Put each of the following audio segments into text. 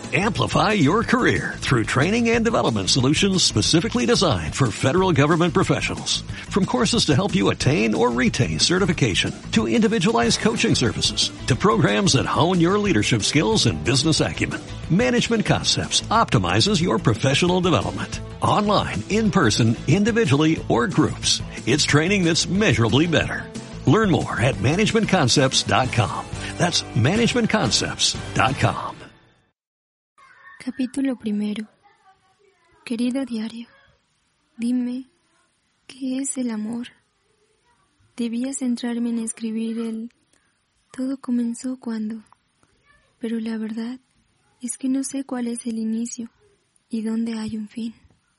Amplify your career through training and development solutions specifically designed for federal government professionals. From courses to help you attain or retain certification, to individualized coaching services, to programs that hone your leadership skills and business acumen, Management Concepts optimizes your professional development. Online, in person, individually, or groups, it's training that's measurably better. Learn more at managementconcepts.com. That's managementconcepts.com. Capítulo 1. Querido diario, dime, ¿qué es el amor? Debía centrarme en escribir el todo comenzó cuando, pero la verdad es que no sé cuál es el inicio y dónde hay un fin.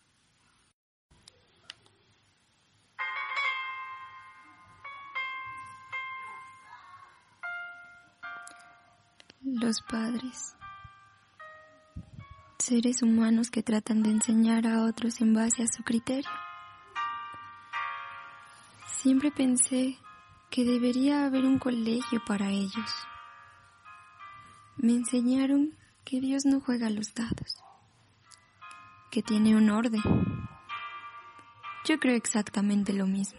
Los padres. Seres humanos que tratan de enseñar a otros en base a su criterio. Siempre pensé que debería haber un colegio para ellos. Me enseñaron que Dios no juega los dados, que tiene un orden. Yo creo exactamente lo mismo,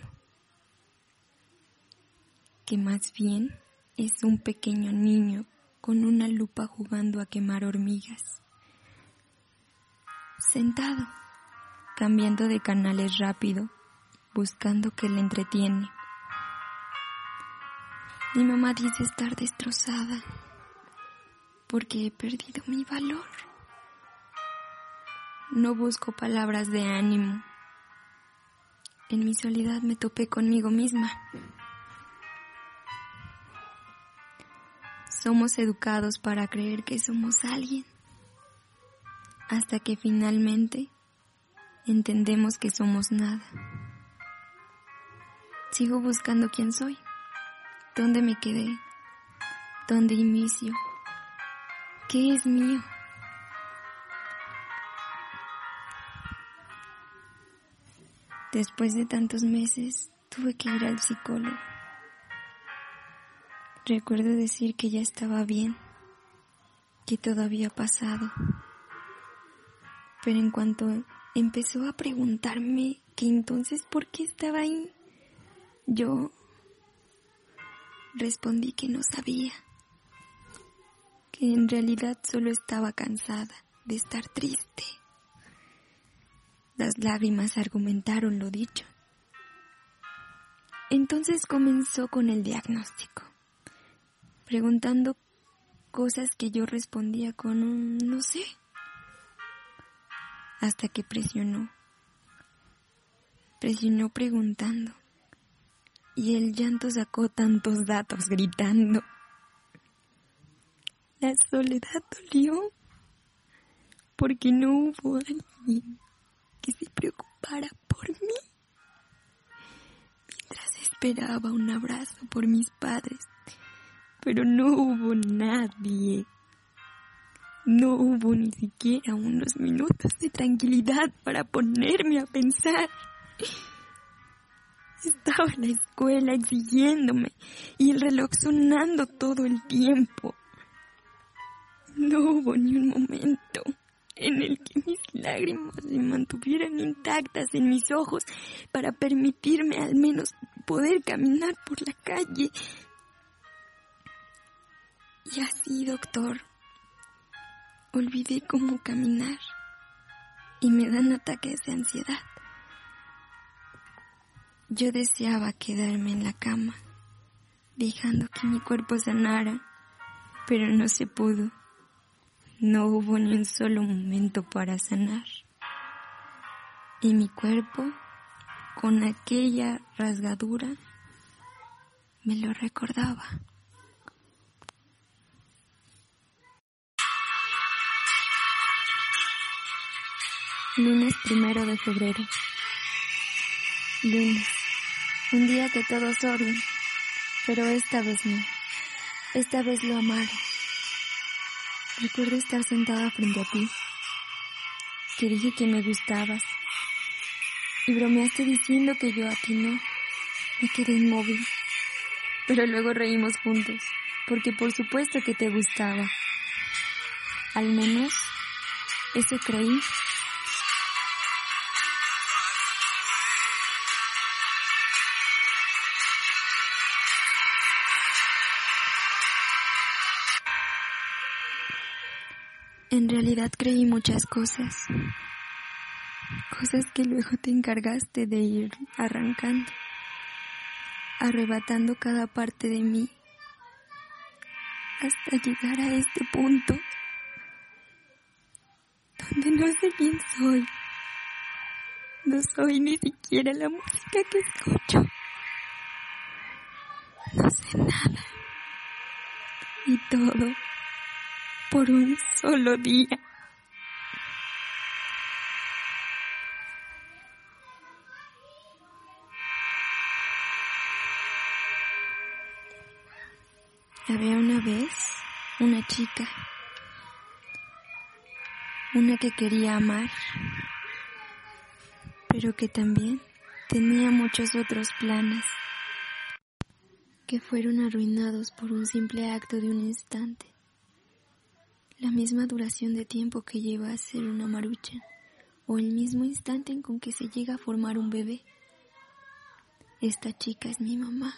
que más bien es un pequeño niño con una lupa jugando a quemar hormigas. Sentado, cambiando de canales rápido, buscando qué le entretiene. Mi mamá dice estar destrozada, porque he perdido mi valor. No busco palabras de ánimo. En mi soledad me topé conmigo misma. Somos educados para creer que somos alguien, hasta que finalmente entendemos que somos nada. Sigo buscando quién soy, dónde me quedé, dónde inicio, qué es mío. Después de tantos meses, tuve que ir al psicólogo. Recuerdo decir que ya estaba bien, que todo había pasado. Pero en cuanto empezó a preguntarme que entonces por qué estaba ahí, yo respondí que no sabía, que en realidad solo estaba cansada de estar triste. Las lágrimas argumentaron lo dicho. Entonces comenzó con el diagnóstico, preguntando cosas que yo respondía con un no sé. Hasta que presionó preguntando, y el llanto sacó tantos datos gritando. La soledad dolió, porque no hubo alguien que se preocupara por mí. Mientras esperaba un abrazo por mis padres, pero no hubo nadie. No hubo ni siquiera unos minutos de tranquilidad para ponerme a pensar. Estaba la escuela exigiéndome y el reloj sonando todo el tiempo. No hubo ni un momento en el que mis lágrimas se mantuvieran intactas en mis ojos para permitirme al menos poder caminar por la calle. Y así, doctor, olvidé cómo caminar y me dan ataques de ansiedad. Yo deseaba quedarme en la cama, dejando que mi cuerpo sanara, pero no se pudo. No hubo ni un solo momento para sanar. Y mi cuerpo, con aquella rasgadura, me lo recordaba. Lunes 1 de febrero. Lunes. Un día que todos odian, pero esta vez no. Esta vez lo amaron. Recuerdo estar sentada frente a ti, que dije que me gustabas, y bromeaste diciendo que yo a ti no. Me quedé inmóvil, pero luego reímos juntos, porque por supuesto que te gustaba. Al menos eso creí. En realidad creí muchas cosas que luego te encargaste de ir arrancando, arrebatando cada parte de mí, hasta llegar a este punto, donde no sé quién soy, no soy ni siquiera la música que escucho, no sé nada, y todo por un solo día. Había una vez una chica, una que quería amar, pero que también tenía muchos otros planes, que fueron arruinados por un simple acto de un instante. La misma duración de tiempo que lleva a ser una maruchan, o el mismo instante en con que se llega a formar un bebé. Esta chica es mi mamá.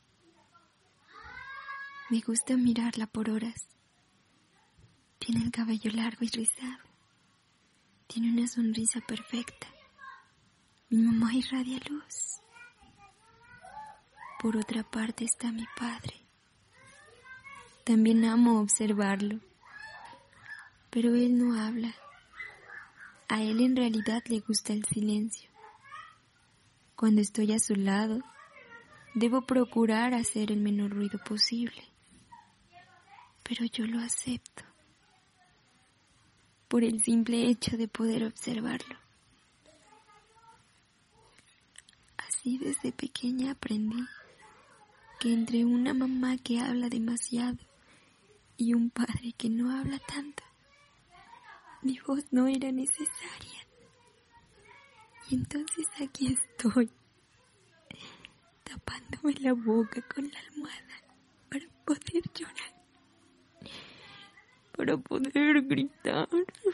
Me gusta mirarla por horas. Tiene el cabello largo y rizado. Tiene una sonrisa perfecta. Mi mamá irradia luz. Por otra parte está mi padre. También amo observarlo. Pero él no habla. A él en realidad le gusta el silencio. Cuando estoy a su lado, debo procurar hacer el menor ruido posible. Pero yo lo acepto. Por el simple hecho de poder observarlo. Así desde pequeña aprendí que entre una mamá que habla demasiado y un padre que no habla tanto, mi voz no era necesaria. Y entonces aquí estoy, tapándome la boca con la almohada para poder llorar, para poder gritar.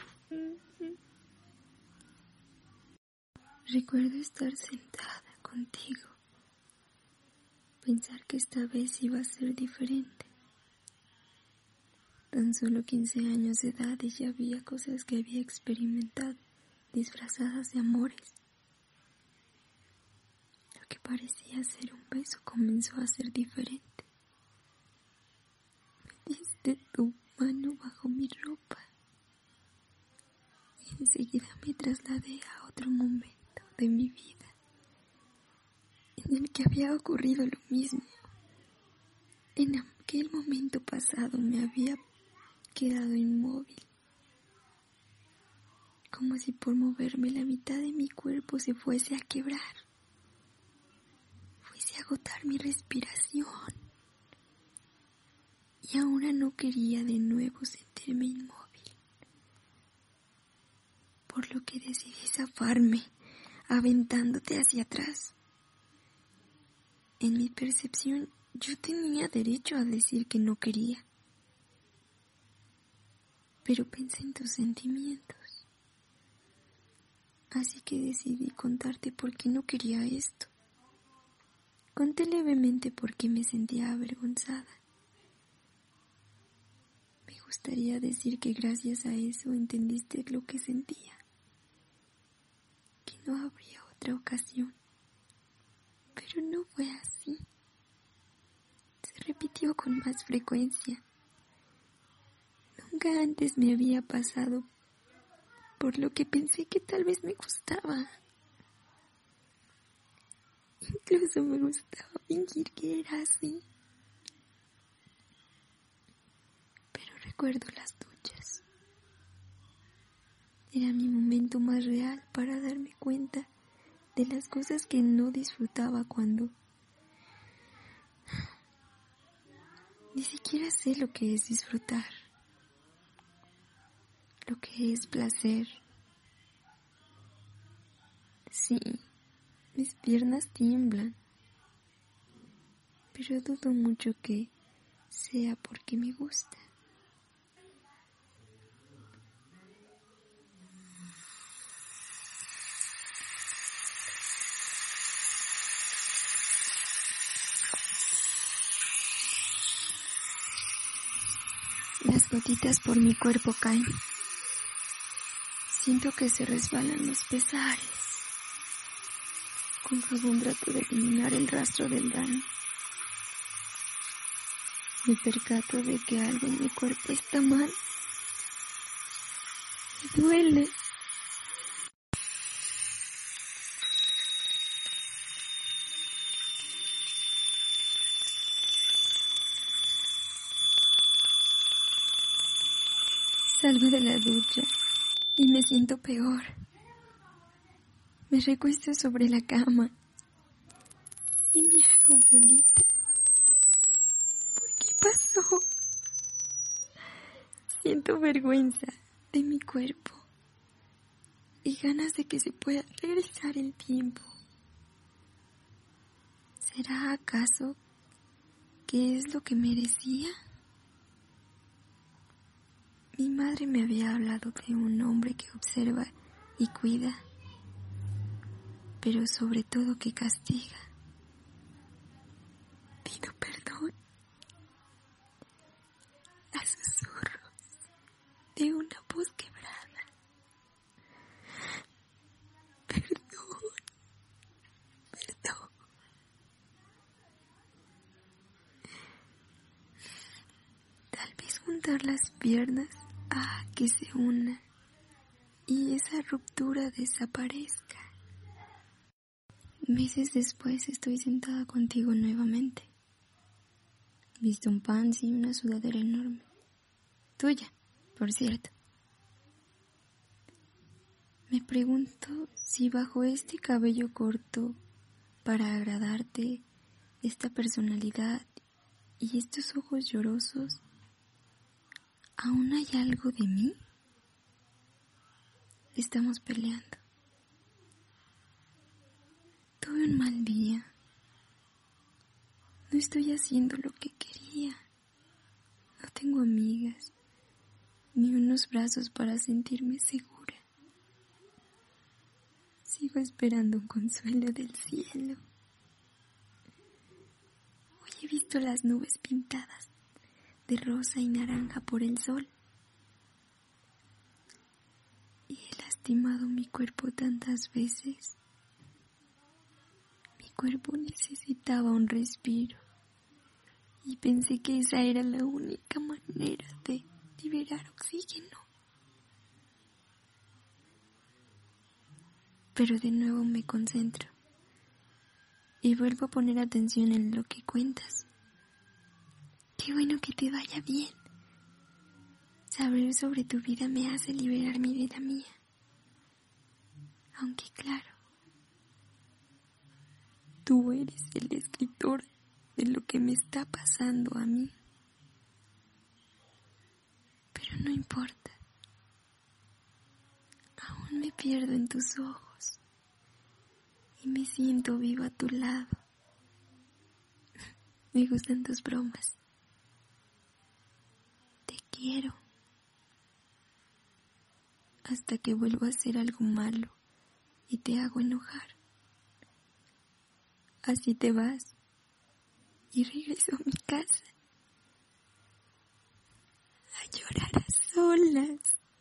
Recuerdo estar sentada contigo, pensar que esta vez iba a ser diferente. Tan solo 15 años de edad y ya había cosas que había experimentado, disfrazadas de amores. Lo que parecía ser un beso comenzó a ser diferente. Metiste tu mano bajo mi ropa y enseguida me trasladé a otro momento de mi vida en el que había ocurrido lo mismo. En aquel momento pasado me había quedado inmóvil, como si por moverme la mitad de mi cuerpo se fuese a quebrar, fuese a agotar mi respiración, y ahora no quería de nuevo sentirme inmóvil, por lo que decidí zafarme, aventándote hacia atrás. En mi percepción, yo tenía derecho a decir que no quería, pero pensé en tus sentimientos. Así que decidí contarte por qué no quería esto. Conté levemente por qué me sentía avergonzada. Me gustaría decir que gracias a eso entendiste lo que sentía, que no habría otra ocasión, pero no fue así. Se repitió con más frecuencia. Nunca antes me había pasado, por lo que pensé que tal vez me gustaba. Incluso me gustaba fingir que era así. Pero recuerdo las duchas. Era mi momento más real para darme cuenta de las cosas que no disfrutaba cuando ni siquiera sé lo que es disfrutar, lo que es placer. Sí, mis piernas tiemblan, pero dudo mucho que sea porque me gusta. gotitas por mi cuerpo caen. Siento que se resbalan los pesares. Con jabón trato de eliminar el rastro del daño. Me percato de que algo en mi cuerpo está mal. Me duele. Salgo de la ducha y me siento peor. Me recuesto sobre la cama y me hago bolita. ¿Por qué pasó? Siento vergüenza de mi cuerpo y ganas de que se pueda regresar el tiempo. ¿Será acaso que es lo que merecía? Mi madre me había hablado de un hombre que observa y cuida, pero sobre todo que castiga. Pido perdón a susurros de una voz quebrada. Perdón. Tal vez juntar las piernas a que se unan y esa ruptura desaparezca. Meses después estoy sentada contigo nuevamente. Visto un pants y una sudadera enorme. Tuya, por cierto. Me pregunto si bajo este cabello corto, para agradarte, esta personalidad y estos ojos llorosos, ¿aún hay algo de mí? Estamos peleando. Tuve un mal día. No estoy haciendo lo que quería. No tengo amigas, ni unos brazos para sentirme segura. Sigo esperando un consuelo del cielo. Hoy he visto las nubes pintadas de rosa y naranja por el sol. Y he lastimado mi cuerpo tantas veces. Mi cuerpo necesitaba un respiro. Y pensé que esa era la única manera de liberar oxígeno. Pero de nuevo me concentro. Y vuelvo a poner atención en lo que cuentas. Qué bueno que te vaya bien. Saber sobre tu vida me hace liberarme de la mía. Aunque claro, tú eres el escritor de lo que me está pasando a mí. Pero no importa. Aún me pierdo en tus ojos y me siento viva a tu lado. Me gustan tus bromas. Te quiero. Hasta que vuelvo a hacer algo malo y te hago enojar. Así te vas y regreso a mi casa a llorar a solas.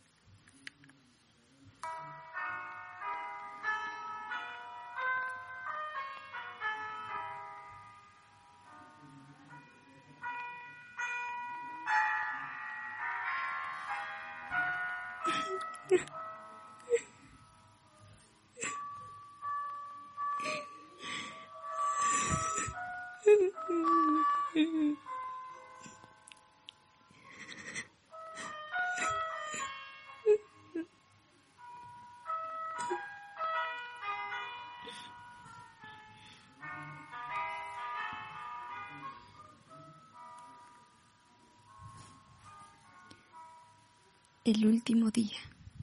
El último día.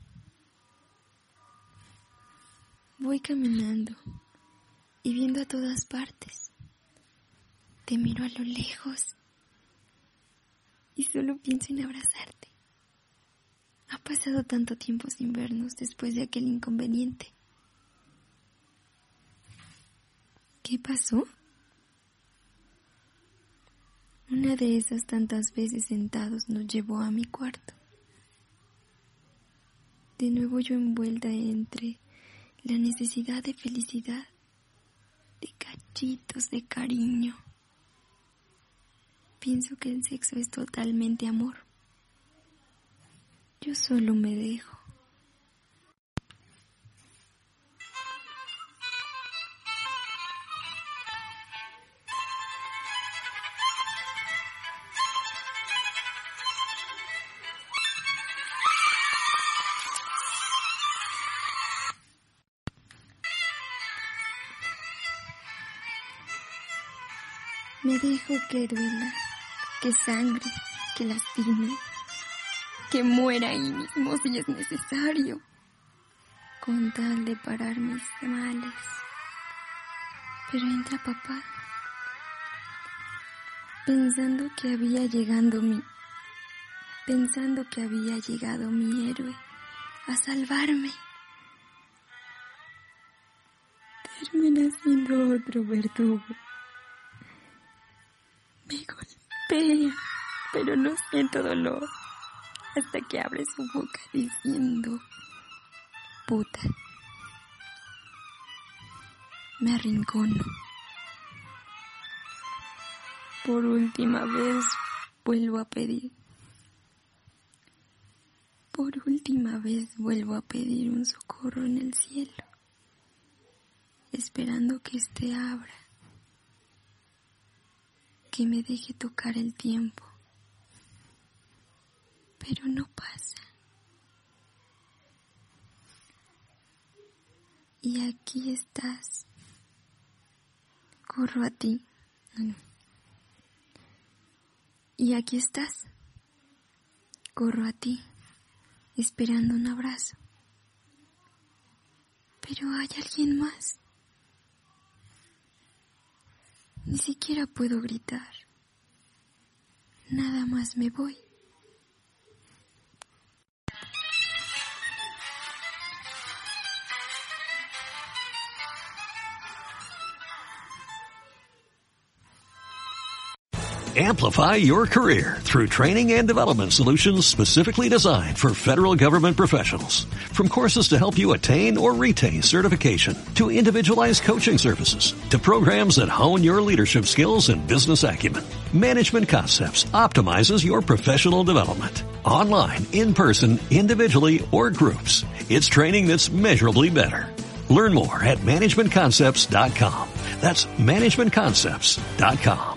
Voy caminando y viendo a todas partes. Te miro a lo lejos y solo pienso en abrazarte. Ha pasado tanto tiempo sin vernos después de aquel inconveniente. ¿Qué pasó? Una de esas tantas veces sentados nos llevó a mi cuarto. De nuevo yo envuelta entre la necesidad de felicidad, de cachitos de cariño. Pienso que el sexo es totalmente amor. Yo solo me dejo. Me dejo que duela, que sangre, que lastime, que muera ahí mismo si es necesario, con tal de parar mis males. Pero entra papá, pensando que había llegado mi héroe a salvarme. Termina siendo otro verdugo. Me golpea, pero no siento dolor, hasta que abre su boca diciendo, puta. Me arrincono. Por última vez vuelvo a pedir. Por última vez vuelvo a pedir un socorro en el cielo, esperando que éste abra, que me deje tocar el tiempo. Pero no pasa. Y aquí estás. Corro a ti. Y aquí estás. Corro a ti, esperando un abrazo. Pero hay alguien más. Ni siquiera puedo gritar. Nada más me voy. Amplify your career through training and development solutions specifically designed for federal government professionals. From courses to help you attain or retain certification, to individualized coaching services, to programs that hone your leadership skills and business acumen, Management Concepts optimizes your professional development. Online, in person, individually, or groups, it's training that's measurably better. Learn more at managementconcepts.com. That's managementconcepts.com.